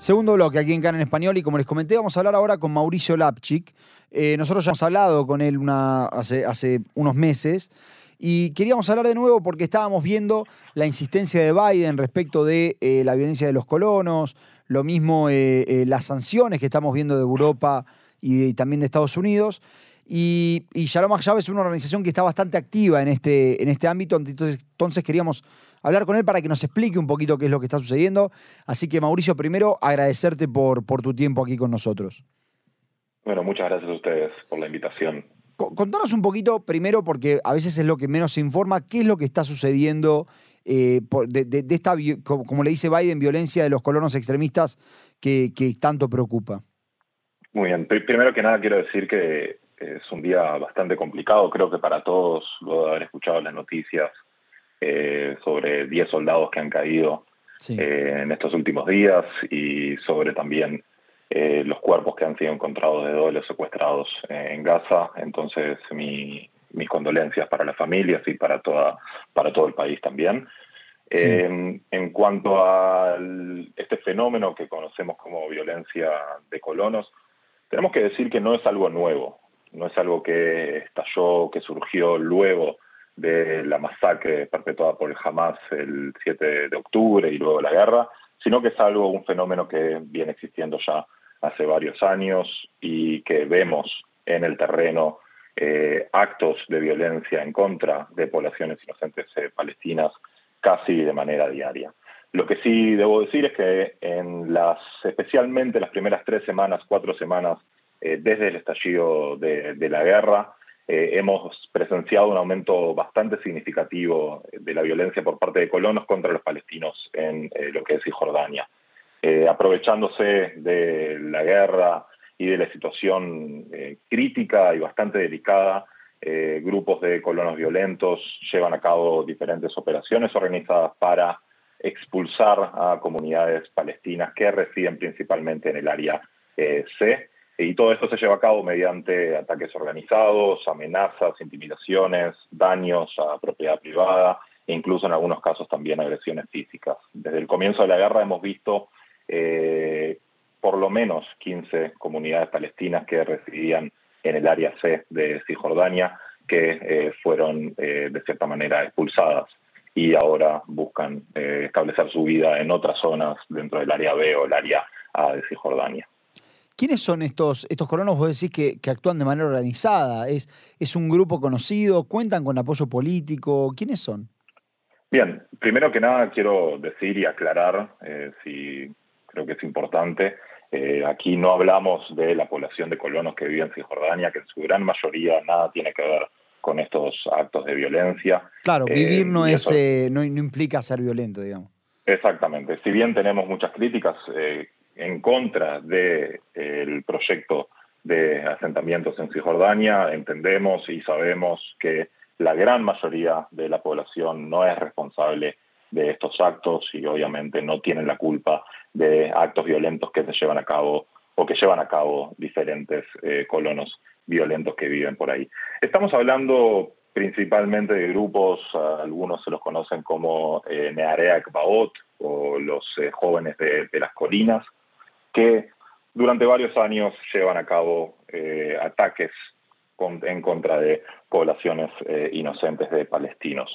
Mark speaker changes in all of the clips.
Speaker 1: Segundo bloque aquí en Can en Español y como les comenté vamos a hablar ahora con Mauricio Lapchik. Nosotros ya hemos hablado con él hace unos meses y queríamos hablar de nuevo porque estábamos viendo la insistencia de Biden respecto de la violencia de los colonos, lo mismo las sanciones que estamos viendo de Europa y también de Estados Unidos. Y Shalom Achshava es una organización que está bastante activa en este ámbito, entonces queríamos hablar con él para que nos explique un poquito qué es lo que está sucediendo. Así que, Mauricio, primero agradecerte por tu tiempo aquí con nosotros.
Speaker 2: Bueno, muchas gracias a ustedes por la invitación.
Speaker 1: Contanos un poquito, primero, porque a veces es lo que menos se informa, qué es lo que está sucediendo de esta, como le dice Biden, violencia de los colonos extremistas que tanto preocupa.
Speaker 2: Muy bien. Primero que nada quiero decir que es un día bastante complicado, creo que para todos, luego de haber escuchado las noticias sobre 10 soldados que han caído en estos últimos días y sobre también los cuerpos que han sido encontrados de los secuestrados en Gaza. Entonces, mis condolencias para las familias y para todo el país también.
Speaker 1: Sí.
Speaker 2: En cuanto a este fenómeno que conocemos como violencia de colonos, tenemos que decir que no es algo nuevo, no es algo que estalló, que surgió luego de la masacre perpetuada por el Hamas el 7 de octubre y luego de la guerra, sino que es un fenómeno que viene existiendo ya hace varios años y que vemos en el terreno actos de violencia en contra de poblaciones inocentes palestinas casi de manera diaria. Lo que sí debo decir es que especialmente las primeras 4 semanas desde el estallido de la guerra, hemos presenciado un aumento bastante significativo de la violencia por parte de colonos contra los palestinos en lo que es Cisjordania. Aprovechándose de la guerra y de la situación crítica y bastante delicada, grupos de colonos violentos llevan a cabo diferentes operaciones organizadas para expulsar a comunidades palestinas que residen principalmente en el área C. Y todo esto se lleva a cabo mediante ataques organizados, amenazas, intimidaciones, daños a propiedad privada e incluso en algunos casos también agresiones físicas. Desde el comienzo de la guerra hemos visto por lo menos 15 comunidades palestinas que residían en el área C de Cisjordania que fueron de cierta manera expulsadas y ahora buscan establecer su vida en otras zonas dentro del área B o el área A de Cisjordania.
Speaker 1: ¿Quiénes son estos colonos? Vos decís que actúan de manera organizada. ¿Es un grupo conocido? ¿Cuentan con apoyo político? ¿Quiénes son?
Speaker 2: Bien, primero que nada quiero decir y aclarar, si creo que es importante, aquí no hablamos de la población de colonos que vive en Cisjordania, que en su gran mayoría nada tiene que ver con estos actos de violencia.
Speaker 1: Claro, vivir no implica ser violento, digamos.
Speaker 2: Exactamente. Si bien tenemos muchas críticas en contra del proyecto de asentamientos en Cisjordania, entendemos y sabemos que la gran mayoría de la población no es responsable de estos actos y obviamente no tienen la culpa de actos violentos que se llevan a cabo o que llevan a cabo diferentes colonos violentos que viven por ahí. Estamos hablando principalmente de grupos, algunos se los conocen como Nearei Akbaot o los jóvenes de las colinas, que durante varios años llevan a cabo ataques en contra de poblaciones inocentes de palestinos.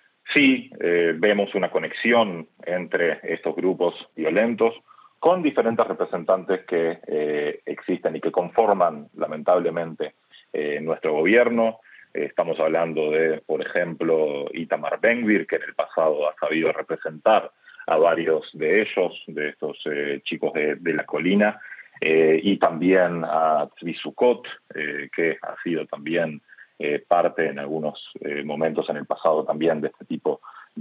Speaker 2: Sí, vemos una conexión entre estos grupos violentos con diferentes representantes que existen y que conforman, lamentablemente, nuestro gobierno. Estamos hablando de, por ejemplo, Itamar Ben-Gvir, que en el pasado ha sabido representar a varios de ellos, de estos chicos de la colina, y también a Tzvi Sukkot, que ha sido también parte en algunos momentos en el pasado también de este tipo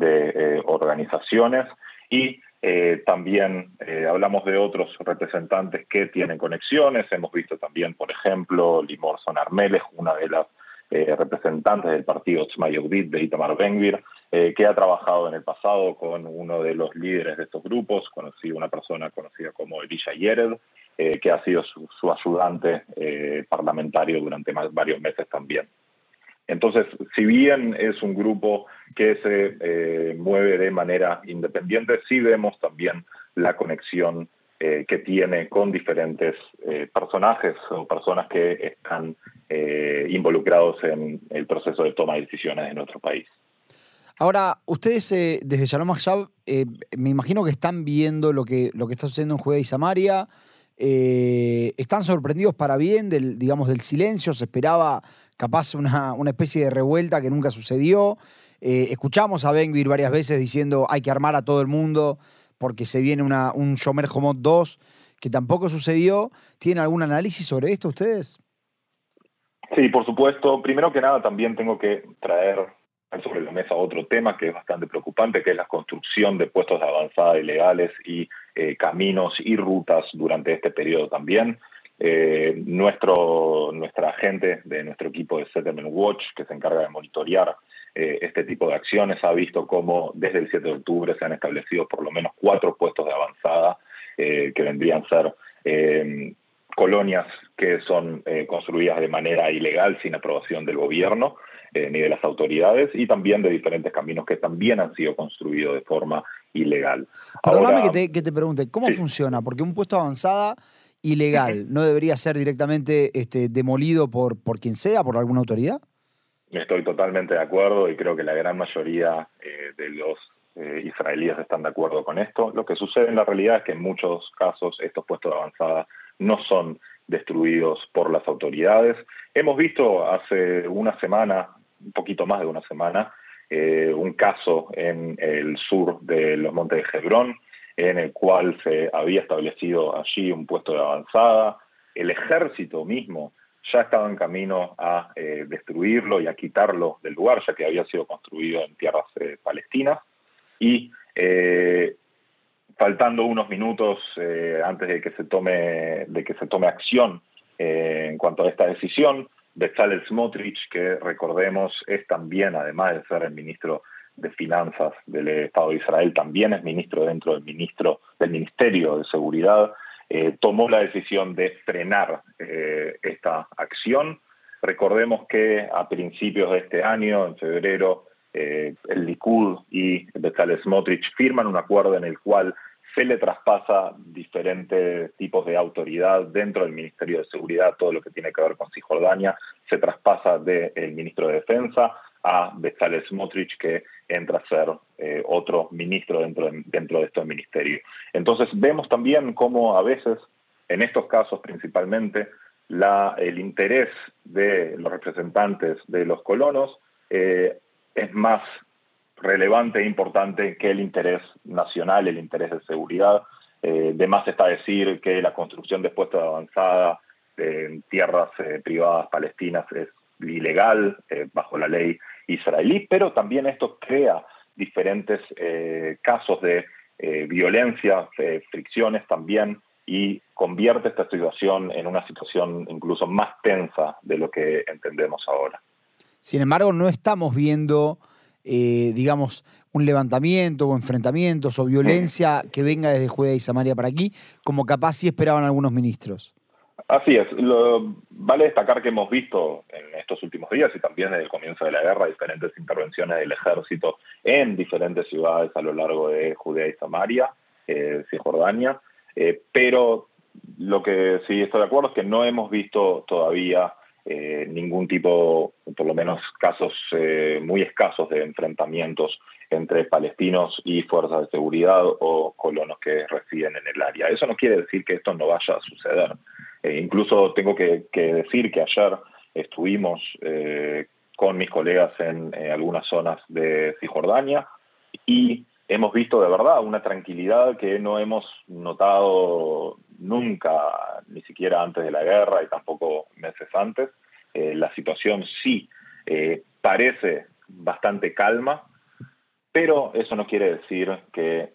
Speaker 2: de organizaciones. Y también hablamos de otros representantes que tienen conexiones. Hemos visto también, por ejemplo, Limor Sonar Melech, una de las representantes del partido Otzma Yehudit de Itamar Ben-Gvir, que ha trabajado en el pasado con uno de los líderes de estos grupos, una persona conocida como Elisha Yered, que ha sido su ayudante parlamentario durante varios meses también. Entonces, si bien es un grupo que se mueve de manera independiente, sí vemos también la conexión que tiene con diferentes personajes o personas que están involucrados en el proceso de toma de decisiones en nuestro país.
Speaker 1: Ahora, ustedes desde Shalom Achshava, me imagino que están viendo lo que está sucediendo en Judea y Samaria. ¿Están sorprendidos para bien del silencio? ¿Se esperaba capaz una especie de revuelta que nunca sucedió? Escuchamos a Ben Gvir varias veces diciendo hay que armar a todo el mundo porque se viene un Shomer Homot 2, que tampoco sucedió. ¿Tienen algún análisis sobre esto ustedes?
Speaker 2: Sí, por supuesto. Primero que nada, también tengo que traer sobre la mesa otro tema que es bastante preocupante, que es la construcción de puestos de avanzada ilegales y caminos y rutas durante este periodo también. Nuestra gente de nuestro equipo de Settlement Watch, que se encarga de monitorear este tipo de acciones, ha visto cómo desde el 7 de octubre se han establecido por lo menos 4 puestos de avanzada que vendrían a ser colonias que son construidas de manera ilegal, sin aprobación del gobierno ni de las autoridades, y también de diferentes caminos que también han sido construidos de forma ilegal.
Speaker 1: Perdóname que te pregunte, ¿cómo funciona? Porque un puesto de avanzada ilegal no debería ser directamente demolido por quien sea, por alguna autoridad.
Speaker 2: Estoy totalmente de acuerdo y creo que la gran mayoría de los israelíes están de acuerdo con esto. Lo que sucede en la realidad es que en muchos casos estos puestos de avanzada no son destruidos por las autoridades. Hemos visto hace una semana, un poquito más de una semana, un caso en el sur de los Montes de Hebrón, en el cual se había establecido allí un puesto de avanzada. El ejército mismo ya estaba en camino a destruirlo y a quitarlo del lugar, ya que había sido construido en tierras palestinas. Y faltando unos minutos antes de que se tome acción en cuanto a esta decisión, Bezalel Smotrich, que recordemos es también, además de ser el ministro de Finanzas del Estado de Israel, también es ministro dentro del Ministerio de Seguridad, tomó la decisión de frenar esta acción. Recordemos que a principios de este año, en febrero, el Likud y Bezalel Smotrich firman un acuerdo en el cual se le traspasa diferentes tipos de autoridad dentro del Ministerio de Seguridad, todo lo que tiene que ver con Cisjordania, se traspasa del Ministro de Defensa a Bezalel Smotrich, que entra a ser otro ministro dentro de este ministerio. Entonces vemos también cómo a veces, en estos casos principalmente, el interés de los representantes de los colonos es más relevante e importante que el interés nacional, el interés de seguridad. De más está decir que la construcción de puestos de avanzada en tierras privadas palestinas es ilegal bajo la ley israelí, pero también esto crea diferentes casos de violencia, fricciones también, y convierte esta situación en una situación incluso más tensa de lo que entendemos ahora.
Speaker 1: Sin embargo, no estamos viendo un levantamiento o enfrentamientos o violencia que venga desde Judea y Samaria para aquí, como capaz sí esperaban algunos ministros.
Speaker 2: Así es. Vale destacar que hemos visto en estos últimos días y también desde el comienzo de la guerra diferentes intervenciones del ejército en diferentes ciudades a lo largo de Judea y Samaria, Cisjordania, pero lo que sí estoy de acuerdo es que no hemos visto todavía ningún tipo, por lo menos casos muy escasos de enfrentamientos entre palestinos y fuerzas de seguridad o colonos que residen en el área. Eso no quiere decir que esto no vaya a suceder. Incluso tengo que decir que ayer estuvimos con mis colegas en algunas zonas de Cisjordania y hemos visto de verdad una tranquilidad que no hemos notado nunca, ni siquiera antes de la guerra y tampoco meses antes. La situación sí parece bastante calma, pero eso no quiere decir que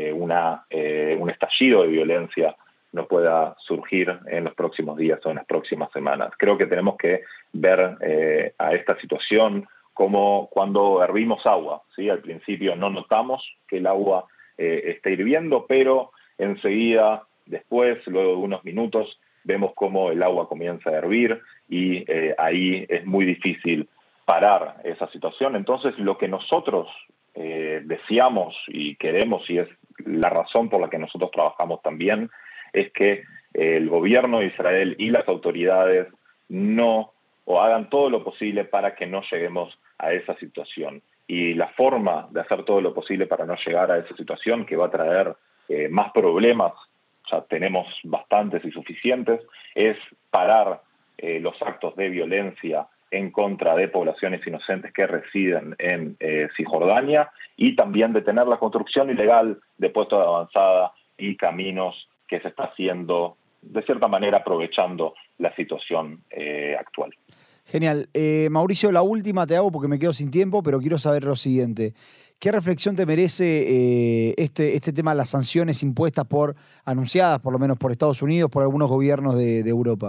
Speaker 2: un estallido de violencia no pueda surgir en los próximos días o en las próximas semanas. Creo que tenemos que ver a esta situación como cuando hervimos agua, ¿sí? Al principio no notamos que el agua está hirviendo, pero enseguida, después, luego de unos minutos, vemos cómo el agua comienza a hervir y ahí es muy difícil parar esa situación. Entonces, lo que nosotros deseamos y queremos, y es la razón por la que nosotros trabajamos también, es que el gobierno de Israel y las autoridades no o hagan todo lo posible para que no lleguemos a esa situación. Y la forma de hacer todo lo posible para no llegar a esa situación, que va a traer más problemas, ya tenemos bastantes y suficientes, es parar los actos de violencia en contra de poblaciones inocentes que residen en Cisjordania, y también detener la construcción ilegal de puestos de avanzada y caminos que se está haciendo, de cierta manera, aprovechando la situación actual.
Speaker 1: Genial. Mauricio, la última te hago porque me quedo sin tiempo, pero quiero saber lo siguiente. ¿Qué reflexión te merece este tema de las sanciones impuestas anunciadas por lo menos por Estados Unidos, por algunos gobiernos de Europa?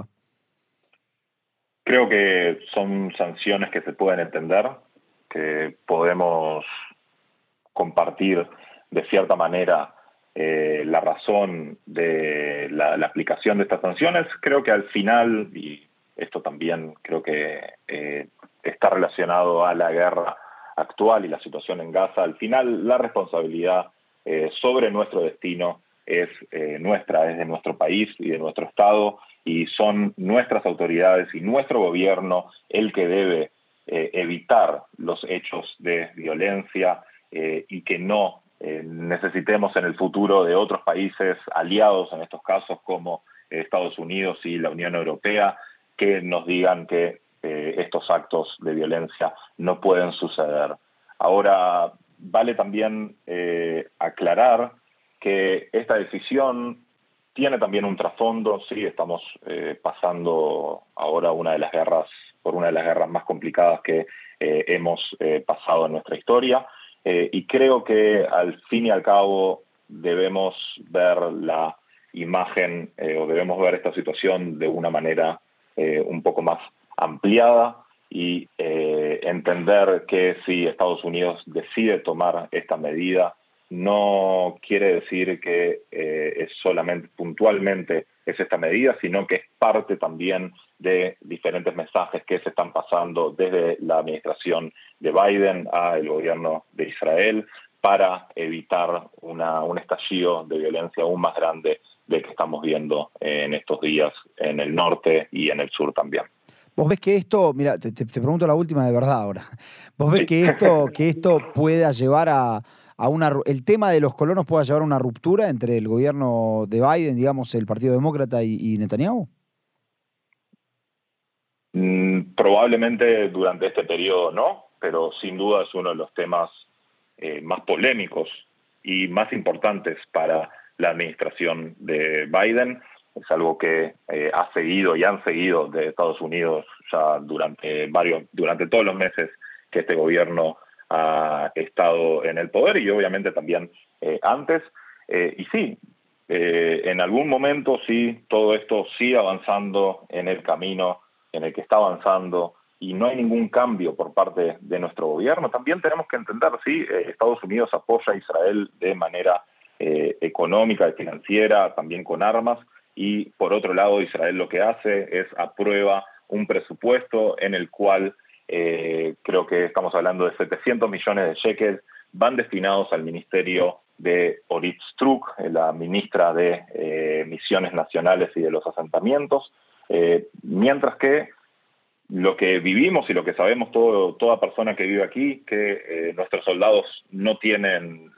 Speaker 2: Creo que son sanciones que se pueden entender, que podemos compartir de cierta manera la razón de la aplicación de estas sanciones. Creo que al final, y esto también creo que está relacionado a la guerra actual y la situación en Gaza, al final la responsabilidad sobre nuestro destino es nuestra, es de nuestro país y de nuestro Estado, y son nuestras autoridades y nuestro gobierno el que debe evitar los hechos de violencia y que no necesitemos en el futuro de otros países aliados, en estos casos como Estados Unidos y la Unión Europea, que nos digan que estos actos de violencia no pueden suceder. Ahora, vale también aclarar que esta decisión tiene también un trasfondo. Sí, estamos pasando ahora por una de las guerras más complicadas que hemos pasado en nuestra historia, y creo que al fin y al cabo debemos ver la imagen o debemos ver esta situación de una manera un poco más ampliada y entender que si Estados Unidos decide tomar esta medida, no quiere decir que es solamente puntualmente es esta medida, sino que es parte también de diferentes mensajes que se están pasando desde la administración de Biden al gobierno de Israel para evitar un estallido de violencia aún más grande del que estamos viendo en estos días en el norte y en el sur también.
Speaker 1: ¿Vos ves que esto, mira, te pregunto la última de verdad ahora, ¿vos ves
Speaker 2: Sí.
Speaker 1: que esto pueda llevar a el tema de los colonos pueda llevar a una ruptura entre el gobierno de Biden, digamos, el Partido Demócrata y Netanyahu?
Speaker 2: Probablemente durante este periodo no, pero sin duda es uno de los temas más polémicos y más importantes para la administración de Biden. Es algo que ha seguido y han seguido de Estados Unidos ya durante todos los meses que este gobierno ha estado en el poder, y obviamente también antes. Y sí, en algún momento sí, todo esto sigue avanzando en el camino en el que está avanzando y no hay ningún cambio por parte de nuestro gobierno. También tenemos que entender, sí, Estados Unidos apoya a Israel de manera económica y financiera, también con armas, y por otro lado Israel lo que hace es aprueba un presupuesto en el cual creo que estamos hablando de 700 millones de shekels, van destinados al ministerio de Orit Struk, la ministra de Misiones Nacionales y de los Asentamientos, mientras que lo que vivimos y lo que sabemos toda persona que vive aquí, que nuestros soldados no tienen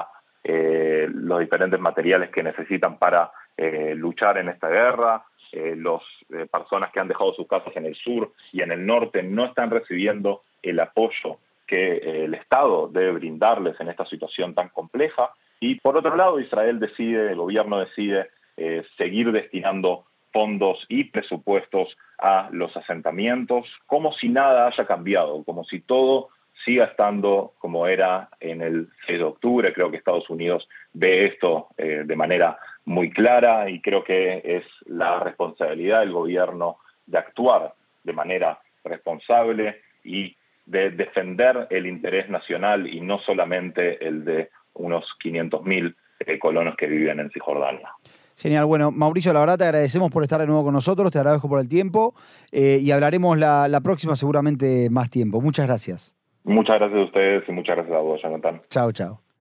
Speaker 2: los diferentes materiales que necesitan para luchar en esta guerra. Las personas que han dejado sus casas en el sur y en el norte no están recibiendo el apoyo que el Estado debe brindarles en esta situación tan compleja. Y por otro lado, el gobierno decide seguir destinando fondos y presupuestos a los asentamientos, como si nada haya cambiado, como si todo siga estando como era en el 6 de octubre. Creo que Estados Unidos ve esto de manera muy clara, y creo que es la responsabilidad del gobierno de actuar de manera responsable y de defender el interés nacional y no solamente el de unos 500.000 colonos que viven en Cisjordania.
Speaker 1: Genial. Bueno, Mauricio, la verdad te agradecemos por estar de nuevo con nosotros, te agradezco por el tiempo y hablaremos la próxima seguramente más tiempo. Muchas gracias.
Speaker 2: Muchas gracias a ustedes y muchas gracias a vos, Jonathan.
Speaker 1: Chao, chao.